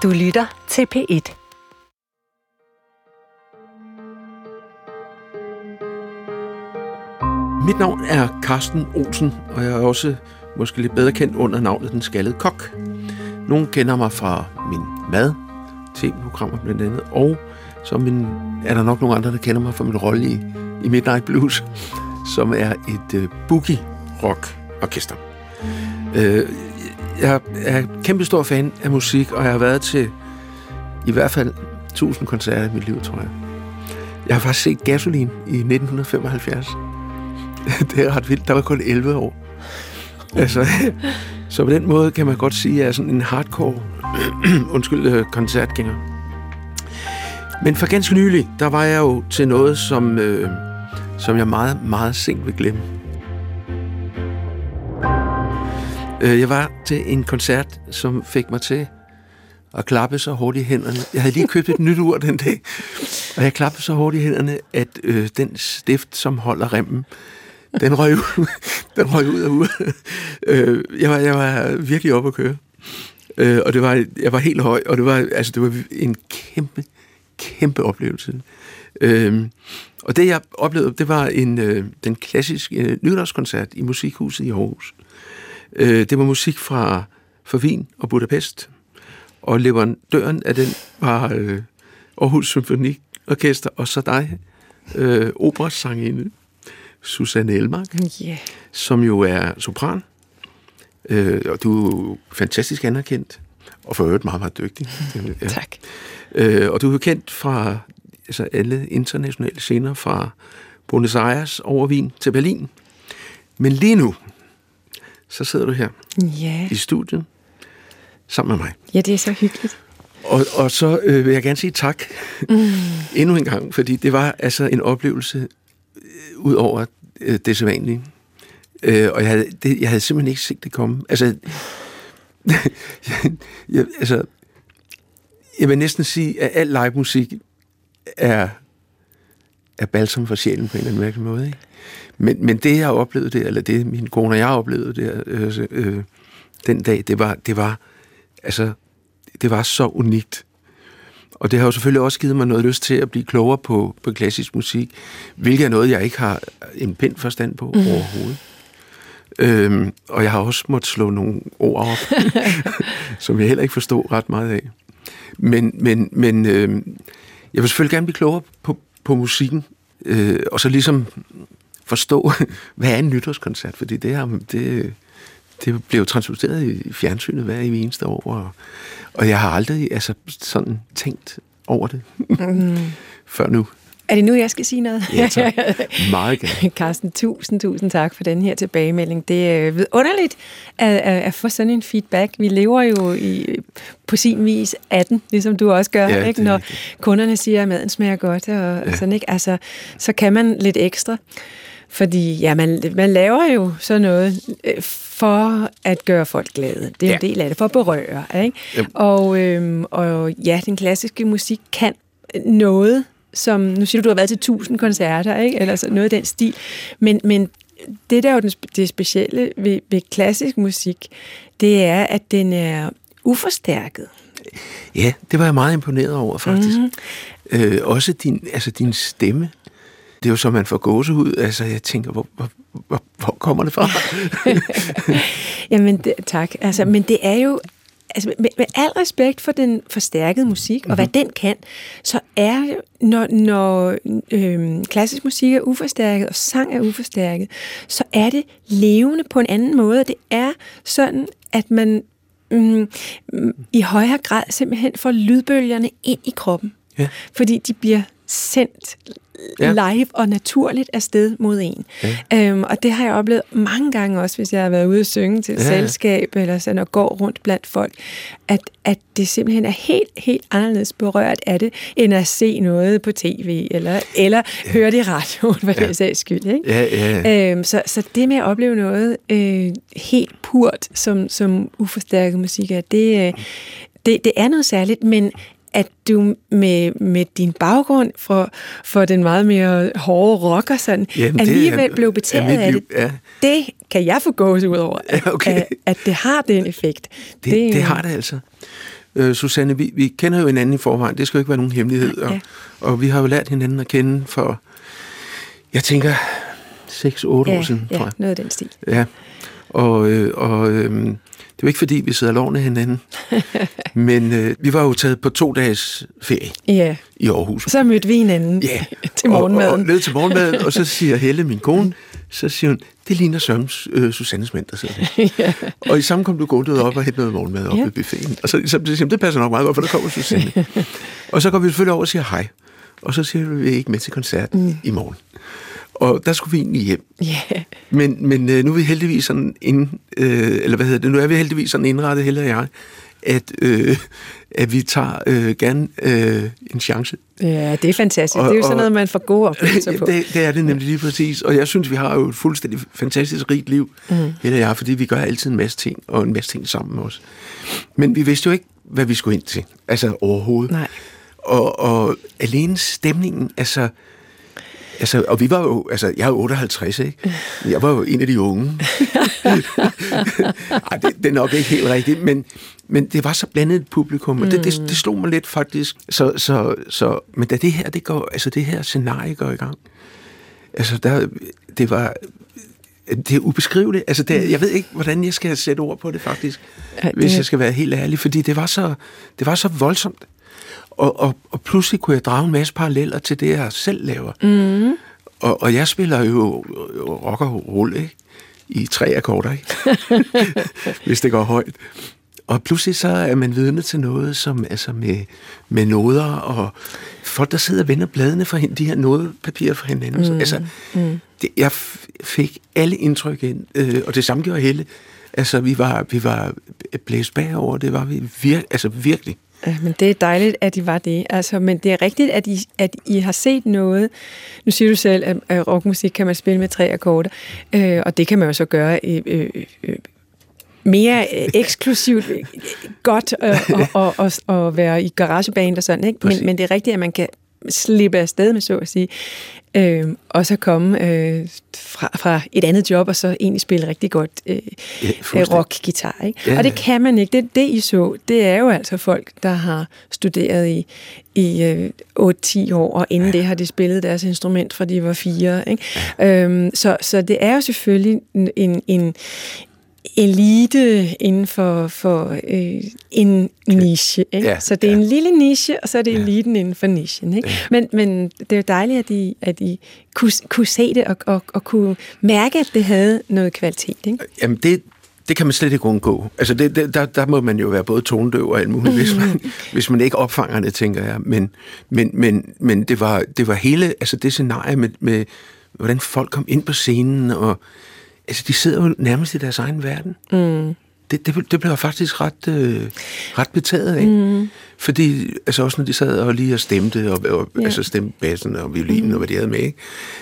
Du lytter til P1. Mit navn er Carsten Olsen, og jeg er også måske lidt bedre kendt under navnet Den Skaldede Kok. Nogle kender mig fra min tv-programmer blandt andet, og så er der nok nogle andre, der kender mig fra min rolle i Midnight Blues, som er et boogie-rock-orkester. Jeg er kæmpe stor fan af musik, og jeg har været til i hvert fald 1000 koncerter i mit liv, tror jeg. Jeg har faktisk set Gasoline i 1975. Det er ret vildt. Der var kun 11 år. Altså, så på den måde kan man godt sige, at jeg er sådan en hardcore koncertgænger. Men for ganske nylig, der var jeg jo til noget, som jeg meget, meget sent vil glemme. Jeg var til en koncert, som fik mig til at klappe så hårdt i hænderne. Jeg havde lige købt et nyt ur den dag, og jeg klappede så hårdt i hænderne, at den stift, som holder remmen, den røg ud af uret. Jeg var virkelig oppe at køre. Og jeg var helt høj, og det var en kæmpe oplevelse. Og det, jeg oplevede, det var den klassiske nytårskoncert i Musikhuset i Aarhus. Det var musik fra Wien og Budapest, og leverandøren af den var Aarhus Symfoniorkester, og så dig, operasangerinde Susanne Elmark, som jo er sopran, og du er fantastisk anerkendt, og for øvrigt meget, meget dygtig. Ja. Tak. Og du er kendt fra alle internationale scener, fra Buenos Aires over Wien til Berlin. Men lige nu, så sidder du her i studiet sammen med mig. Ja, det er så hyggeligt. Og så vil jeg gerne sige tak endnu en gang, fordi det var altså en oplevelse ud over det sædvanlige. Og jeg havde simpelthen ikke set det komme. Altså, jeg vil næsten sige, at al live musik er balsam for sjælen på en eller anden mærkelig måde, ikke? Men det, jeg oplevede der, eller det, min kone og jeg oplevede der den dag, det var så unikt. Og det har jo selvfølgelig også givet mig noget lyst til at blive klogere på klassisk musik, hvilket er noget, jeg ikke har en pind forstand på overhovedet. Og jeg har også måttet slå nogle ord op, som jeg heller ikke forstod ret meget af. Men jeg vil selvfølgelig gerne blive klogere på musikken, og så ligesom forstå, hvad er en nytårskoncert, fordi det bliver jo transmitteret i fjernsynet hver eneste år, og jeg har aldrig sådan tænkt over det før nu. Er det nu, jeg skal sige noget? Ja, tak. Meget gerne. Carsten, tusind tak for den her tilbagemelding. Det er vidunderligt at få sådan en feedback. Vi lever jo på sin vis af den, ligesom du også gør, ja, ikke? Når kunderne siger, at maden smager godt, og sådan, ikke? Altså, så kan man lidt ekstra. Fordi man laver jo sådan noget for at gøre folk glade. Det er en del af det, for at berøre. Ikke? Yep. Og den klassiske musik kan noget, som, nu siger du har været til 1000 koncerter, ikke? Eller så noget af den stil, men det der er jo det specielle ved klassisk musik, det er, at den er uforstærket. Ja, det var jeg meget imponeret over, faktisk. Mm-hmm. Også din stemme. Det er jo så, man får gåsehud. Altså, jeg tænker, hvor kommer det fra? Jamen, tak. Altså, men det er jo, altså, med al respekt for den forstærkede musik, og hvad den kan, så er det, når klassisk musik er uforstærket, og sang er uforstærket, så er det levende på en anden måde. Det er sådan, at man i højere grad simpelthen får lydbølgerne ind i kroppen. Ja. Fordi de bliver sendt live og naturligt afsted mod en. Ja. Og det har jeg oplevet mange gange også, hvis jeg har været ude at synge til selskab, eller sådan og går rundt blandt folk, at det simpelthen er helt anderledes berørt af det, end at se noget på tv, eller høre det i radioen, for den sags skyld. Ikke? Så det med at opleve noget helt purt, som uforstærket musik er, det er noget særligt, men at du med din baggrund for den meget mere hårde rock og sådan, alligevel blev betaget af det. Ja. Det kan jeg få gåsehud over, at det har den effekt. Det har det altså. Susanne, vi kender jo hinanden i forvejen, det skal jo ikke være nogen hemmelighed, og vi har jo lært hinanden at kende for, jeg tænker, 6-8 år siden, tror jeg. Noget af den stil. Ja, og det er jo ikke fordi, vi sidder lovende hinanden, men vi var jo taget på 2 dages ferie i Aarhus. Så mødte vi hinanden til morgenmaden. Og ned til morgenmaden, og så siger Helle, min kone, så siger hun, det ligner Susannes mænd, der sidder der. Og i sammen kom du gående op og hætte noget morgenmad op i buffeten. Og så siger hun, det passer nok meget godt, for der kommer Susanne. Og så går vi selvfølgelig over og siger hej. Og så siger vi ikke med til koncerten i morgen. Og der skulle vi egentlig hjem. Yeah. Men nu er vi heldigvis sådan nu er vi heldigvis sådan indrettet, Helle og jeg, at vi tager gerne en chance. Ja, det er fantastisk. Det er jo sådan noget, man får gode oplevelser på. Det er det nemlig lige præcis. Og jeg synes, vi har jo et fuldstændig fantastisk rigt liv, Helle og jeg, fordi vi gør altid en masse ting, og en masse ting sammen med os. Men vi vidste jo ikke, hvad vi skulle ind til. Altså overhovedet. Nej. Og alene stemningen, og vi var jo, jeg er jo 58, ikke? Jeg var jo en af de unge. Ej, det er nok ikke helt rigtigt, men det var så blandet et publikum, og det slog mig lidt faktisk. Men da det her, det her scenarie går i gang, det er ubeskriveligt. Jeg ved ikke, hvordan jeg skal sætte ord på det faktisk, hvis jeg skal være helt ærlig, fordi det var så voldsomt. Og pludselig kunne jeg drage en masse paralleller til det, jeg selv laver. Mm. Og jeg spiller jo rock og roll, ikke? I 3 akkorder, ikke? Hvis det går højt. Og pludselig så er man vidne til noget, som med noder, og folk, der sidder og vender bladene for de her nodepapirer for hinanden. Jeg fik alle indtryk ind, og det samme gjorde Helle. Vi var blæst bagover, det var vi virkelig. Men det er dejligt, at I var det. Men det er rigtigt, at I har set noget. Nu siger du selv, at rockmusik kan man spille med 3 akkorder, og det kan man jo så gøre mere eksklusivt godt og være i garageband og sådan, ikke? Men det er rigtigt, at man kan slippe afsted med, så at sige, og så komme fra et andet job, og så egentlig spille rigtig godt rock-guitar, ikke? Ja. Og det kan man ikke. Det I så, det er jo altså folk, der har studeret i 8-10 år, og inden det har de spillet deres instrument, fra de var 4, ikke? Ja. Så det er jo selvfølgelig en elite inden for en niche, ikke? Ja, så det er en lille niche, og så er det eliten inden for nichen, ikke? Ja. Men det er jo dejligt, at I kunne se det og kunne mærke, at det havde noget kvalitet, ikke? Jamen det kan man slet ikke undgå. Der må man jo være både tonedøv og alt muligt, hvis man ikke opfanger det, tænker jeg. Men det var hele, det scenarie med hvordan folk kom ind på scenen, og de sidder jo nærmest i deres egen verden. Mm. Det blev faktisk ret betaget af. Fordi, også når de sad og lige og stemte, og stemte bassen og violinen og hvad de havde med, ikke?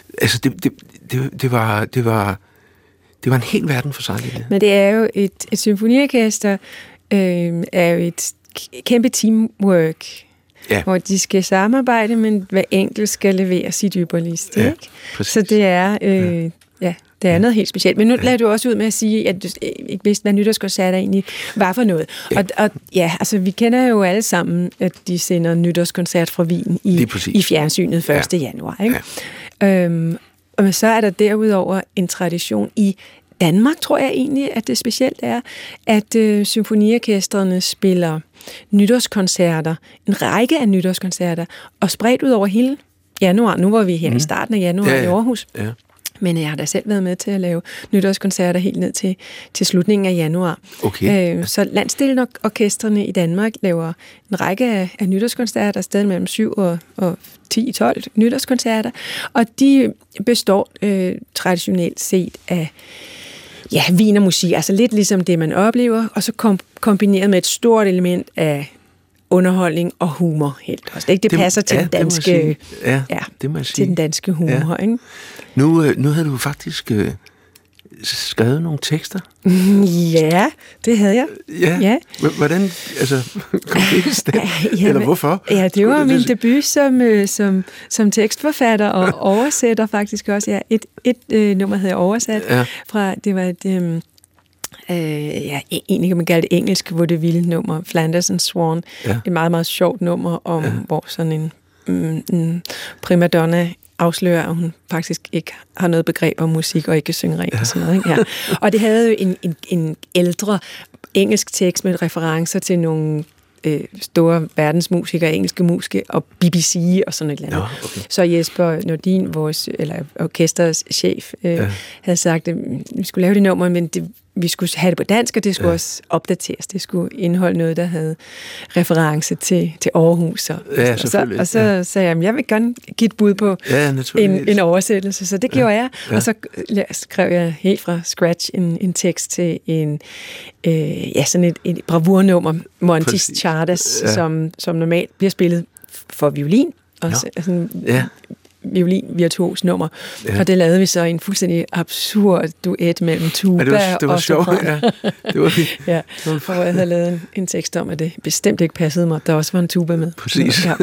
Det var en hel verden for sig. Det. Men det er jo et symfoniorkester, er jo et kæmpe teamwork, hvor de skal samarbejde, men hver enkelt skal levere sit ypperligste, ikke? Præcis. Så det er det er noget helt specielt. Men nu lader du også ud med at sige, at du ikke vidste, hvad nytårskoncerter egentlig var for noget. Og vi kender jo alle sammen, at de sender nytårskoncert fra Wien i fjernsynet 1. januar. Ikke? Ja. Og så er der derudover en tradition i Danmark, tror jeg egentlig, at det specielt er, at symfoniorkestrene spiller nytårskoncerter, en række af nytårskoncerter, og spredt ud over hele januar. Nu var vi her i starten af januar i Aarhus. Ja. Men jeg har da selv været med til at lave nytårskoncerter helt ned til slutningen af januar. Okay. Så Landsdelen orkestrene i Danmark laver en række af nytårskoncerter, stadig mellem 7 og 10-12 nytårskoncerter, og de består traditionelt set af wienermusik, altså lidt ligesom det, man oplever, og så kombineret med et stort element af underholdning og humor helt også. Det passer til den danske til den danske humor, ikke? Nu havde du faktisk skrevet nogle tekster? Ja, det havde jeg. Ja. Hvordan, altså, kom det i stand? Eller hvorfor? Ja, det var min debut som tekstforfatter og oversætter faktisk også. Ja, et nummer havde jeg oversat fra, det var et... egentlig kan man kalde det engelsk, hvor det vilde nummer, Flanders and Swan. Et meget, meget sjovt nummer, om hvor sådan en primadonna afslører, at hun faktisk ikke har noget begreb om musik, og ikke kan synge rent og sådan noget. Ikke? Ja. Og det havde jo en ældre engelsk tekst med referencer til nogle store verdensmusikere, engelske musikere og BBC og sådan et eller andet. Ja, okay. Så Jesper Nordin, vores orkesters chef, havde sagt, at vi skulle lave det nummer, men vi skulle have det på dansk, og det skulle også opdateres. Det skulle indeholde noget, der havde reference til Aarhus. Og så sagde jeg, at jeg vil gerne give et bud på en oversættelse. Så det gjorde jeg. Og så skrev jeg helt fra scratch en tekst til sådan et bravurnummer, Monty's Charters, som normalt bliver spillet for violin. Og violin-virtuos nummer. Og det lavede vi så i en fuldstændig absurd duet mellem tuba det var og sjovt, det var fint. Ja, for jeg havde lavet en tekst om, at det bestemt ikke passede mig. Der også var en tuba med. Præcis. Ja.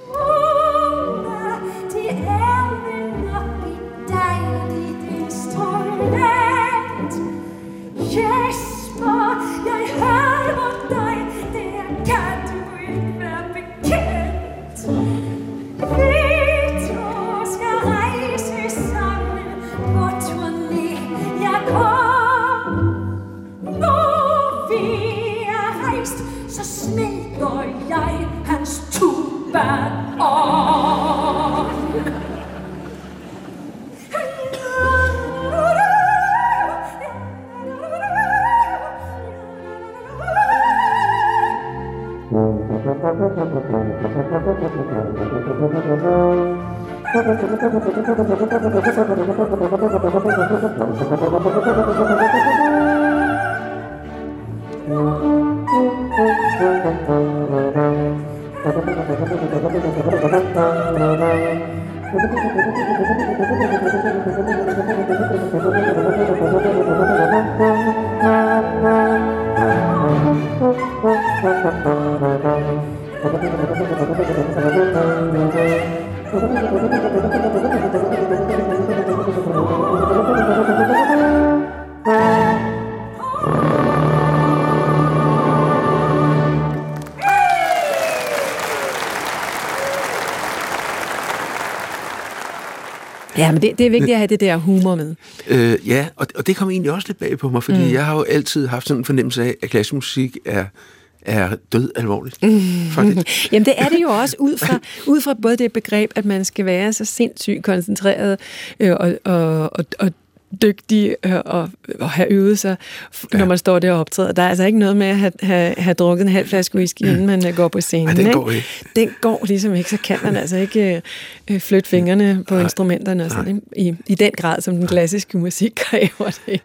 Ja, men det er vigtigt at have det der humor med. Og det kom egentlig også lidt bag på mig, fordi jeg har jo altid haft sådan en fornemmelse af, at klassisk musik er død alvorligt. Jamen det er det jo også ud fra både det begreb, at man skal være så sindssygt koncentreret og dygtig og have øvet sig, når man står der og optræder. Der er altså ikke noget med at have drukket en halv flaske whisky, inden man går på scenen. Den går ikke. Den går ligesom ikke, så kan man altså ikke flytte fingrene på instrumenterne og sådan, i den grad, som den klassiske musik kræver det.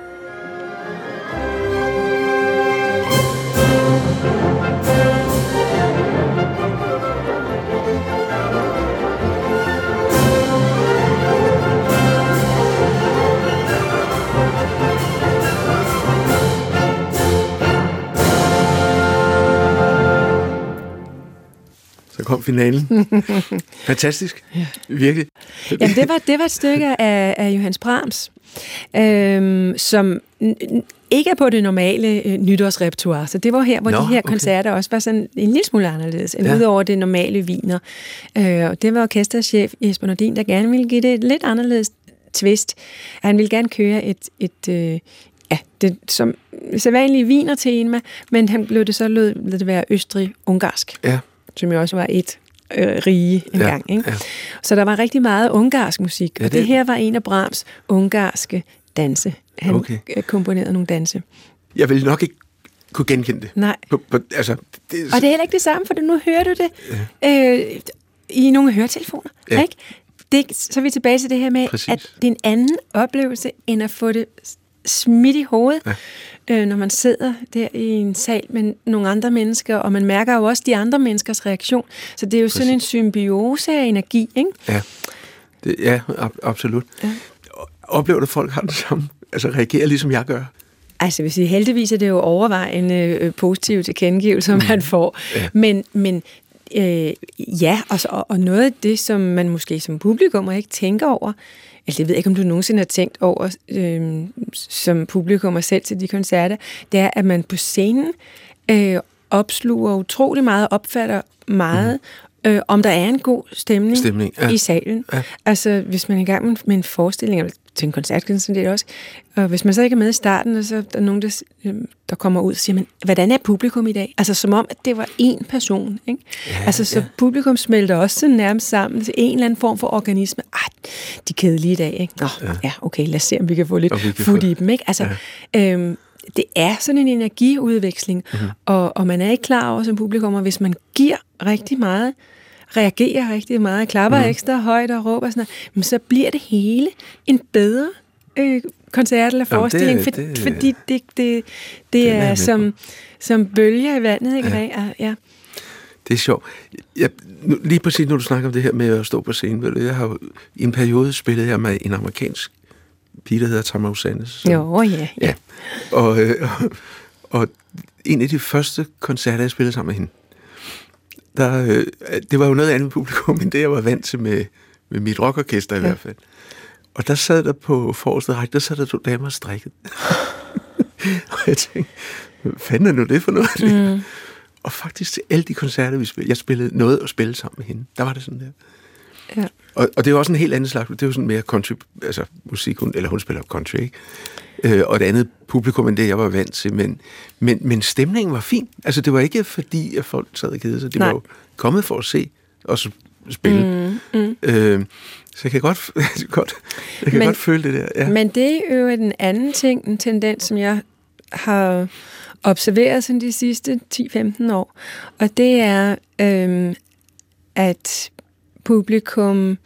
Så kom finalen. Fantastisk. Ja. Virkelig. Jamen, det var et stykke af Johannes Brahms, som ikke er på det normale nytårsrepertoire. Så det var her, hvor de her koncerter også var sådan en lille smule anderledes, end udover det normale Wiener. Og det var orkesterchef Jesper Nordin, der gerne ville give det et lidt anderledes twist. Han ville gerne køre det som sædvanlige Wiener-tema, men han blev det så lød det være østrig-ungarsk. Ja. Som jo også var et rige engang. Ikke? Ja. Så der var rigtig meget ungarsk musik, og det her var en af Brahms ungarske danse. Han komponerede nogle danse. Jeg vil nok ikke kunne genkende det. Nej. Og det er heller ikke det samme, for nu hører du det i nogle høretelefoner. Ja. Ikke? Så er vi tilbage til det her med, at det er en anden oplevelse, end at få det smidt i hovedet, når man sidder der i en sal med nogle andre mennesker, og man mærker jo også de andre menneskers reaktion. Så det er jo sådan en symbiose af energi, ikke? Ja, absolut. Ja. Oplever du, at folk har den samme reagerer ligesom jeg gør. Altså, hvis heldigvis er det jo overvejende positive tilkendegivelser, man får. Ja. Men ja, og noget af det, som man måske som publikum ikke tænker over, altså jeg ved ikke, om du nogensinde har tænkt over som publikum og selv til de koncerter, det er, at man på scenen opsluger utrolig meget, opfatter meget, om der er en god stemning i salen. Ja. Altså, hvis man er i gang med en forestilling, eller til en koncert, sådan det også, og hvis man så ikke er med i starten, og så er der nogen, der kommer ud og siger, men hvordan er publikum i dag? Altså, som om, at det var én person, ikke? Ja, altså, så publikum smelter også sådan nærmest sammen til en eller anden form for organisme. De er kedelige i dag, ikke? Nå, ja, okay, lad os se, om vi kan få lidt fut i dem, ikke? Altså, det er sådan en energiudveksling, og man er ikke klar over som publikum, og hvis man giver rigtig meget, reagerer rigtig meget, klapper ekstra højt og råber sådan noget, men så bliver det hele en bedre koncert eller forestilling, fordi det er som bølger i vandet, ikke? Ja. Det er sjovt. Lige præcis, når du snakker om det her med at stå på scenen, ved du, jeg har i en periode spillet jeg med en amerikansk pige, der hedder Tamara Usanes. Ja. Og en af de første koncerter, jeg spillede sammen med hende, det var jo noget andet publikum, end det, jeg var vant til med mit rockorkester i hvert fald. Og der sad der på forreste række, der sad der 2 damer og strikkede. Og jeg tænkte, hvad fanden er nu det for noget? Og faktisk til alle de koncerter, vi spillede, jeg spillede noget og spille sammen med hende. Der var det sådan der. Ja. Og det er jo også en helt anden slags, det er jo sådan mere country, altså musik, eller hun spiller country, ikke? Og et andet publikum end det, jeg var vant til, men stemningen var fin. Altså, det var ikke fordi, at folk sad og kedede sig. De var jo kommet for at se og spille. Så jeg kan godt føle det der. Ja. Men det er jo en anden ting, en tendens, som jeg har observeret sådan de sidste 10-15 år. Og det er, at publikum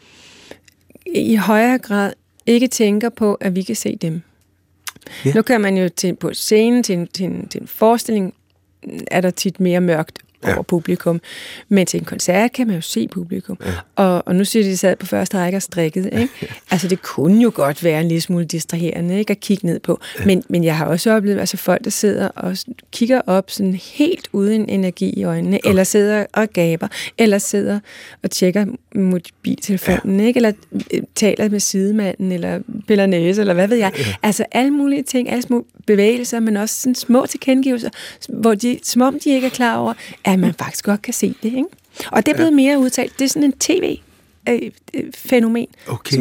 i højere grad ikke tænker på, at vi kan se dem. Yeah. Nu kan man jo på scenen til en forestilling, er der tit mere mørkt over publikum, men til en koncert kan man jo se publikum. Ja. Og nu siger de sad på første række og strikkede, ikke? Altså det kunne jo godt være en lille smule distraherende, ikke? At kigge ned på. Ja. Men jeg har også oplevet altså folk, der sidder og kigger op sådan helt uden energi i øjnene, eller sidder og gaber, eller sidder og tjekker mobiltelefonen, ikke? Eller taler med sidemanden, eller piller næse, eller hvad ved jeg. Ja. Altså alle mulige ting, alle små bevægelser, men også sådan små tilkendegivelser, hvor som om de ikke er klar over, at man faktisk godt kan se det, ikke? Og det er blevet mere udtalt. Det er sådan en tv-fænomen,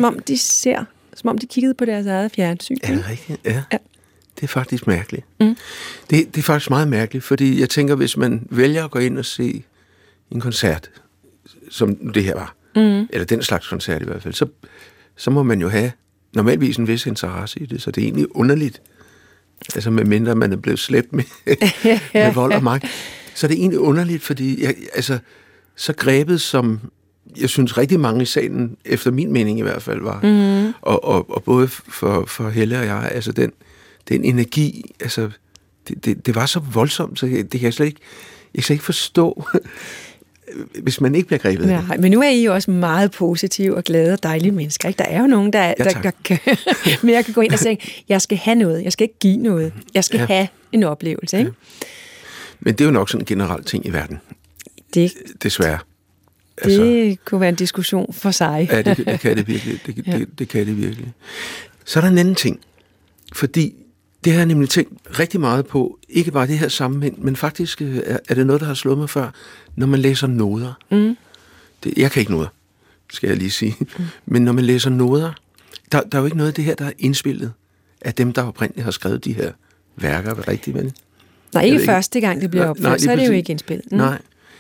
som om de kiggede på deres eget fjernsyn. Er det rigtigt? Ja. Det er faktisk mærkeligt. Det er faktisk meget mærkeligt, fordi jeg tænker, hvis man vælger at gå ind og se en koncert, som det her var, eller den slags koncert i hvert fald, så må man jo have normalvis en vis interesse i det, så det er egentlig underligt, altså medmindre man er blevet slæbt med vold og magt. Så det er egentlig underligt, fordi så grebet som jeg synes rigtig mange i salen, efter min mening i hvert fald, var. Og både for Helle og jeg, altså den energi, altså det var så voldsomt, så det kan jeg slet ikke forstå, hvis man ikke bliver grebet. Ja, men nu er I jo også meget positive og glade og dejlige mennesker, ikke? Der er jo nogen, der kan mere kan gå ind og sige, jeg skal have noget, jeg skal ikke give noget, jeg skal have en oplevelse, ikke? Ja. Men det er jo nok sådan en generel ting i verden. Desværre. Det kunne være en diskussion for sig. Ja, det kan det virkelig. Det kan det virkelig. Så er der en anden ting. Fordi det har jeg nemlig tænkt rigtig meget på, ikke bare det her sammenhæng, men faktisk er det noget, der har slået mig før, når man læser noder. Jeg kan ikke noder, skal jeg lige sige. Men når man læser noder, der er jo ikke noget af det her, der er indspillet af dem, der oprindeligt har skrevet de her værker. Er det rigtigt, vel? Nej, ikke første gang, det bliver opført, så er det jo ikke indspillet. Nej.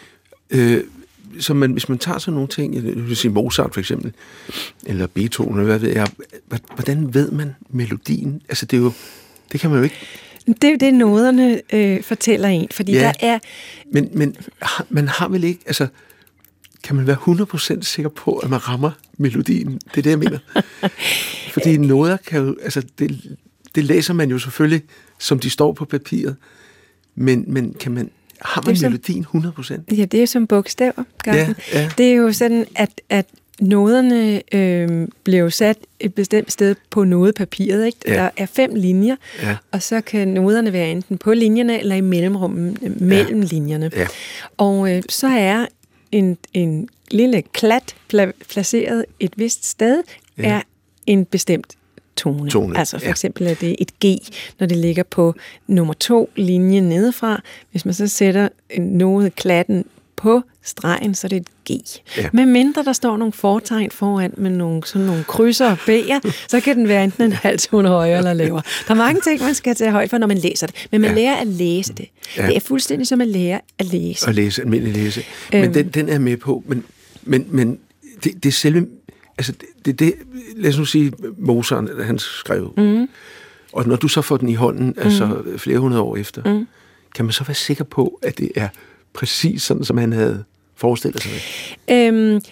Så hvis man tager sådan nogle ting, jeg vil sige Mozart for eksempel, eller Beethoven, eller hvad ved jeg, hvordan ved man melodien? Altså det kan man jo ikke. Det er jo det, noderne fortæller en, fordi der er... Men man har vel ikke, altså kan man være 100% sikker på, at man rammer melodien? Det er det, jeg mener. Fordi noder kan jo, altså det læser man jo selvfølgelig, som de står på papiret, men kan man... Har man melodien 100%? Ja, det er som bogstaver. Ja. Det er jo sådan, at noderne blev sat et bestemt sted på nodepapiret, ikke? Ja. Der er 5 linjer, og så kan noderne være enten på linjerne eller i mellemrummet mellem linjerne. Ja. Og så er en lille klat placeret et vist sted, er en bestemt tone. Altså for eksempel er det et G, når det ligger på nummer 2 linje nedefra. Hvis man så sætter nodeklatten på stregen, så er det et G. Ja. Men mindre der står nogle fortegn foran med nogle krydser og B'er, så kan den være enten en halv tone højere eller lavere. Der er mange ting, man skal tage højde for, når man læser det. Men man lærer at læse det. Ja. Det er fuldstændig som at lære at læse. At læse, almindelig læse. Men den er med på. Men det er selve... Altså, det lad os nu sige, Mozart, han skrev. Og når du så får den i hånden, altså flere hundrede år efter, kan man så være sikker på, at det er præcis sådan, som han havde forestillet sig det?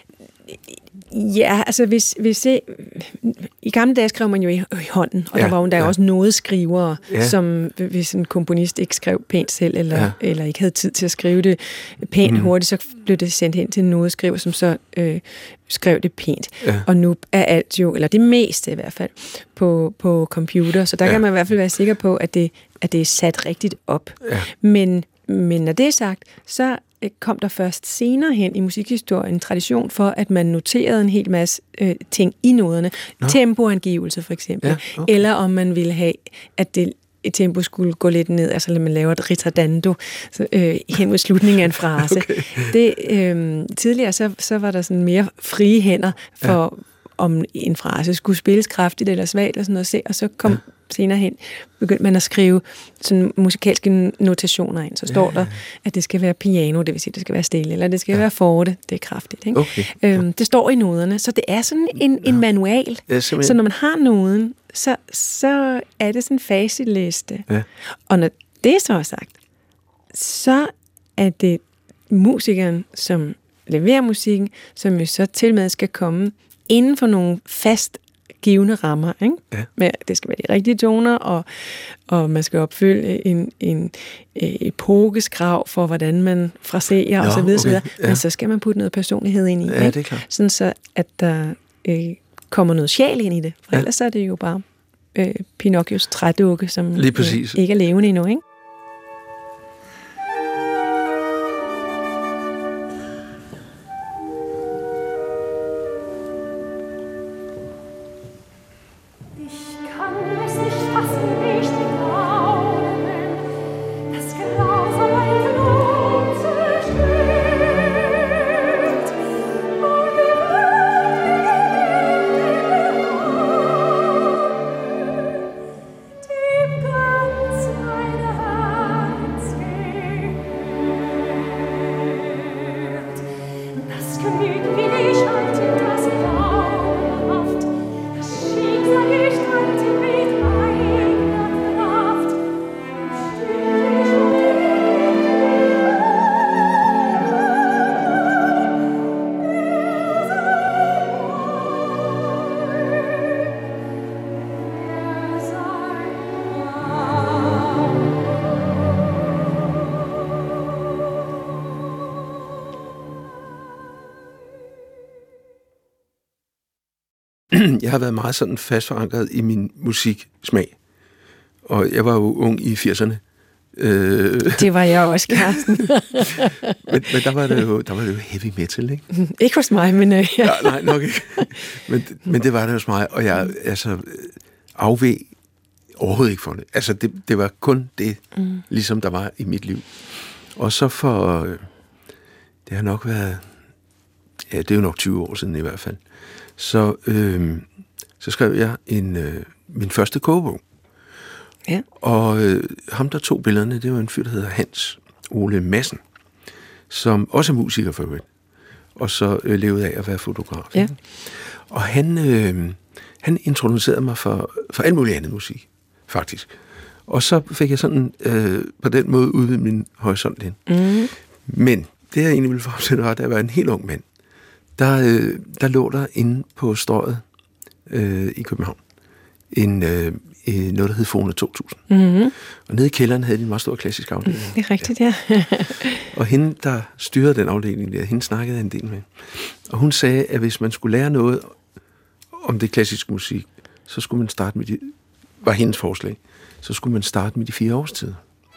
Ja, altså hvis i gamle dage skrev man jo i hånden, og der var jo også nodeskrivere, som hvis en komponist ikke skrev pænt selv, eller ikke havde tid til at skrive det pænt hurtigt, så blev det sendt hen til en nodeskriver, som så skrev det pænt. Ja. Og nu er alt jo, eller det meste i hvert fald, på computer, så der kan man i hvert fald være sikker på, at det er sat rigtigt op. Ja. Men når det er sagt, så kom der først senere hen i musikhistorien en tradition for, at man noterede en hel masse ting i noderne. Tempoangivelse for eksempel. Ja, okay. Eller om man ville have, at et tempo skulle gå lidt ned, altså man laver et ritardando hen mod slutningen af en frase. Okay. Tidligere så var der sådan mere frie hænder for, om en frase skulle spilles kraftigt eller svagt og sådan noget, og så kom senere hen begyndte man at skrive sådan musikalske notationer ind. Så står der, at det skal være piano, det vil sige, at det skal være stille, eller det skal være forte, det er kraftigt. Ikke? Okay. Det står i noderne, så det er sådan en manual. Så når man har noden, så er det sådan en facitliste. Ja. Og når det så er sagt, så er det musikeren, som leverer musikken, som jo så til med skal komme inden for nogle fast givende rammer, ikke? Ja. Men det skal være de rigtige toner, og man skal opfylde en epokeskrav for, hvordan man fraserer og så videre, så videre. Men så skal man putte noget personlighed ind i, ja, det er klart. Sådan så, at der kommer noget sjæl ind i det. For ellers er det jo bare Pinocchios trædukke, som ikke er levende endnu, ikke? Jeg har været meget sådan fast forankret i min musiksmag. Og jeg var jo ung i 80'erne. Det var jeg også, Carsten. men der var det jo heavy metal, ikke? Ikke hos mig, men... Ja. Nej, nok ikke. Men det var det hos mig, og jeg afveg overhovedet ikke for det. Altså, det var kun det, ligesom der var i mit liv. Og så det har nok været... Ja, det er jo nok 20 år siden i hvert fald. Så skrev jeg min første kogebog. Ja. Og ham, der tog billederne, det var en fyr, der hedder Hans Ole Madsen, som også er musiker for øvrigt, og så levede af at være fotograf. Ja. Og han introducerede mig for alt muligt andet musik, faktisk. Og så fik jeg sådan på den måde udvidet min horisont ind. Men det jeg egentlig ville fortsætte var, da jeg var en helt ung mand, der lå der inde på Strøget i København noget, der hed Fone 2000. Og nede i kælderen havde de en meget stor klassisk afdeling. Det er rigtigt, ja. Og hende, der styrede den afdeling der, hende snakkede jeg en del med. Og hun sagde, at hvis man skulle lære noget om det klassiske musik, så skulle man starte med var hendes forslag, så skulle man starte med de 4 årstider.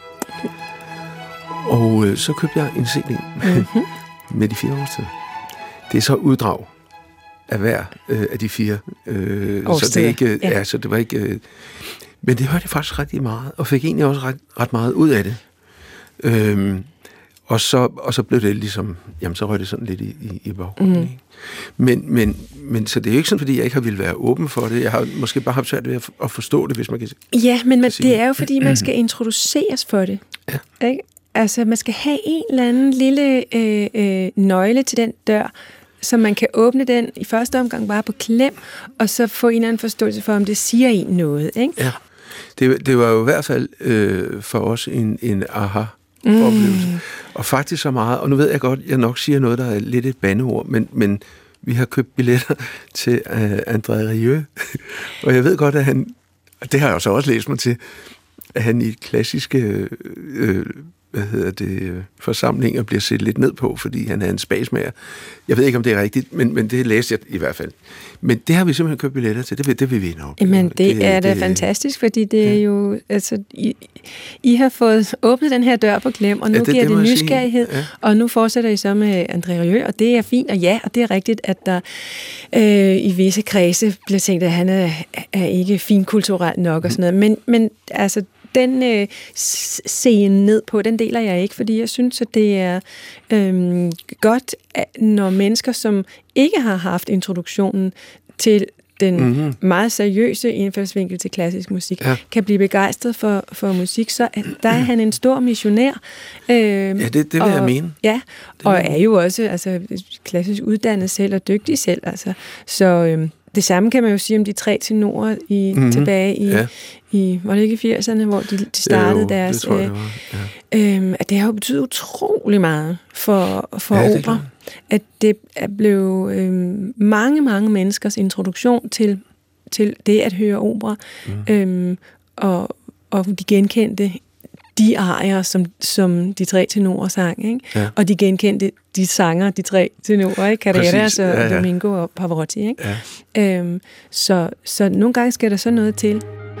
Og så købte jeg en CD med de 4 årstider. Det er så uddrag af hver af de 4 årstider. Så det er ikke, ja, så det var ikke... men det hørte jeg faktisk rigtig meget, og fik egentlig også ret meget ud af det. Og så blev det ligesom, jamen så røg det sådan lidt i baggrunden. Men så det er jo ikke sådan, fordi jeg ikke har ville være åben for det. Jeg har måske bare haft svært ved at forstå det, hvis man kan sige. Ja, men det er jo fordi, man skal introduceres for det. Ja. Ikke? Altså, man skal have en eller anden lille nøgle til den dør, så man kan åbne den i første omgang bare på klem, og så få en eller anden forståelse for, om det siger en noget. Ikke? Ja, det var jo i hvert fald for os en aha-oplevelse. Og faktisk så meget, og nu ved jeg godt, jeg nok siger noget, der er lidt et bandeord, men vi har købt billetter til André Rieu, og jeg ved godt, at han, og det har jeg også læst mig til, at han i klassiske forsamlinger bliver set lidt ned på, fordi han er en spasmager. Jeg ved ikke, om det er rigtigt, men det læste jeg i hvert fald. Men det har vi simpelthen købt billetter til. Det vil vi nok. Men det er da fantastisk, fordi det er jo... Altså, I har fået åbnet den her dør på klem, og nu giver det nysgerrighed, og nu fortsætter I så med André Rieu, og det er fint, og ja, og det er rigtigt, at der i visse kredse bliver tænkt, at han er ikke finkulturelt nok og sådan noget. Men altså, den scene ned på, den deler jeg ikke, fordi jeg synes, at det er godt, når mennesker, som ikke har haft introduktionen til den meget seriøse indfaldsvinkel til klassisk musik, kan blive begejstret for musik, så der er han en stor missionær. Ja, det vil jeg mene. Ja, og er jo også altså, klassisk uddannet selv og dygtig selv. Altså. Så det samme kan man jo sige om de 3 tenorer tilbage i var det ikke i 80'erne, hvor de startede deres... Det tror jeg, det var. At det har jo betydet utrolig meget for opera. At det blev mange menneskers introduktion til det at høre opera, og de genkendte de arier, som de 3 tenorer sang, ikke? Ja. Og de genkendte de sanger, de 3 tenorer, ikke? Carreras og Domingo og Pavarotti, ikke? Ja. Så nogle gange skal der så noget til.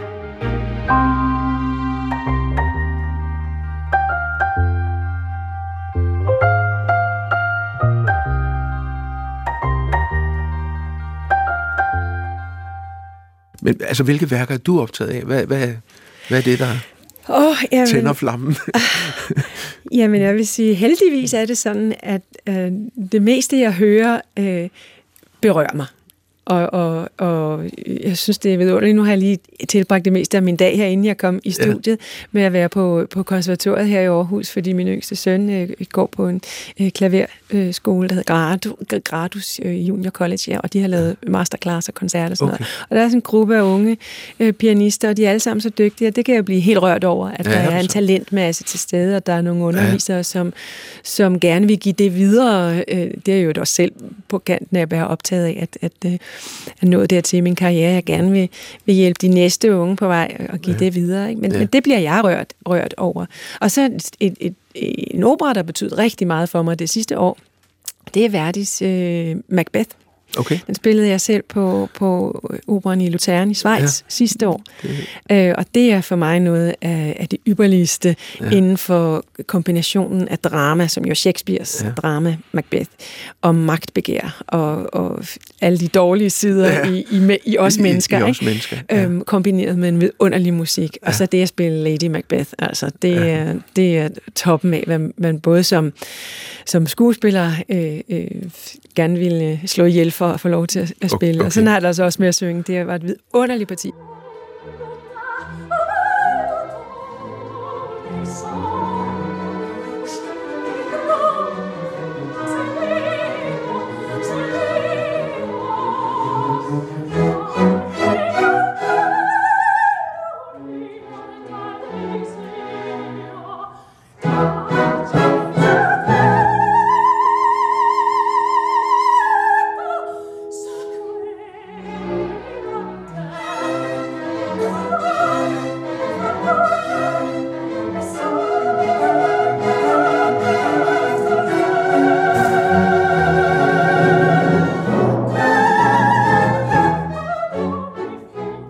Men altså, hvilke værker er du optaget af? Hvad er det, der tænder flammen? Jamen, jeg vil sige, heldigvis er det sådan, at det meste, jeg hører, berører mig. Og jeg synes, det er vidunderligt. Nu har jeg lige tilbragt det meste af min dag herinde, jeg kom i studiet, med at være på konservatoriet her i Aarhus, fordi min yngste søn går på en klaverskole, der hedder Gradus Junior College, og de har lavet masterclass og koncerter og sådan noget. Og der er sådan en gruppe af unge pianister, og de er alle sammen så dygtige, og det kan jeg blive helt rørt over, at der er en talentmasse til stede, og der er nogle undervisere, som gerne vil give det videre. Det er jo også selv på kanten af at være optaget af, at nå dertil i min karriere, jeg gerne vil hjælpe de næste unge på vej og give det videre. Ikke? Men det bliver jeg rørt over. Og så en opera, der betyder rigtig meget for mig det sidste år, det er Verdis Macbeth. Okay. Den spillede jeg selv på operen i Luzern i Schweiz sidste år. Og det er for mig noget af det ypperligste inden for kombinationen af drama, som jo Shakespeares drama Macbeth, og magtbegær, og alle de dårlige sider i os mennesker. I os mennesker. Kombineret med en vidunderlig musik. Og så det at spille Lady Macbeth. Altså, det er toppen af, hvad man både som skuespiller gerne ville slå ihjel for at få lov til at spille. Okay. Og sådan har det altså også med at synge. Det var et vidunderligt parti.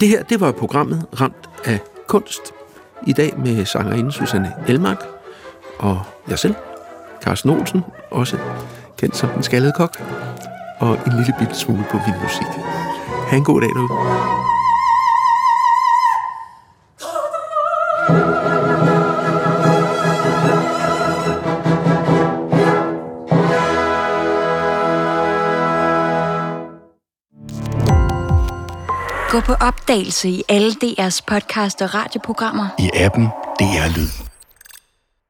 Det her, det var programmet Ramt af kunst. I dag med sangerinde Susanne Elmark og jeg selv, Carsten Olsen, også kendt som Den Skaldede Kok, og en lille bitte smule på vildmusik. Ha' en god dag derude. Gå på opdagelse i alle DR's podcast og radioprogrammer. I appen DR Lyd.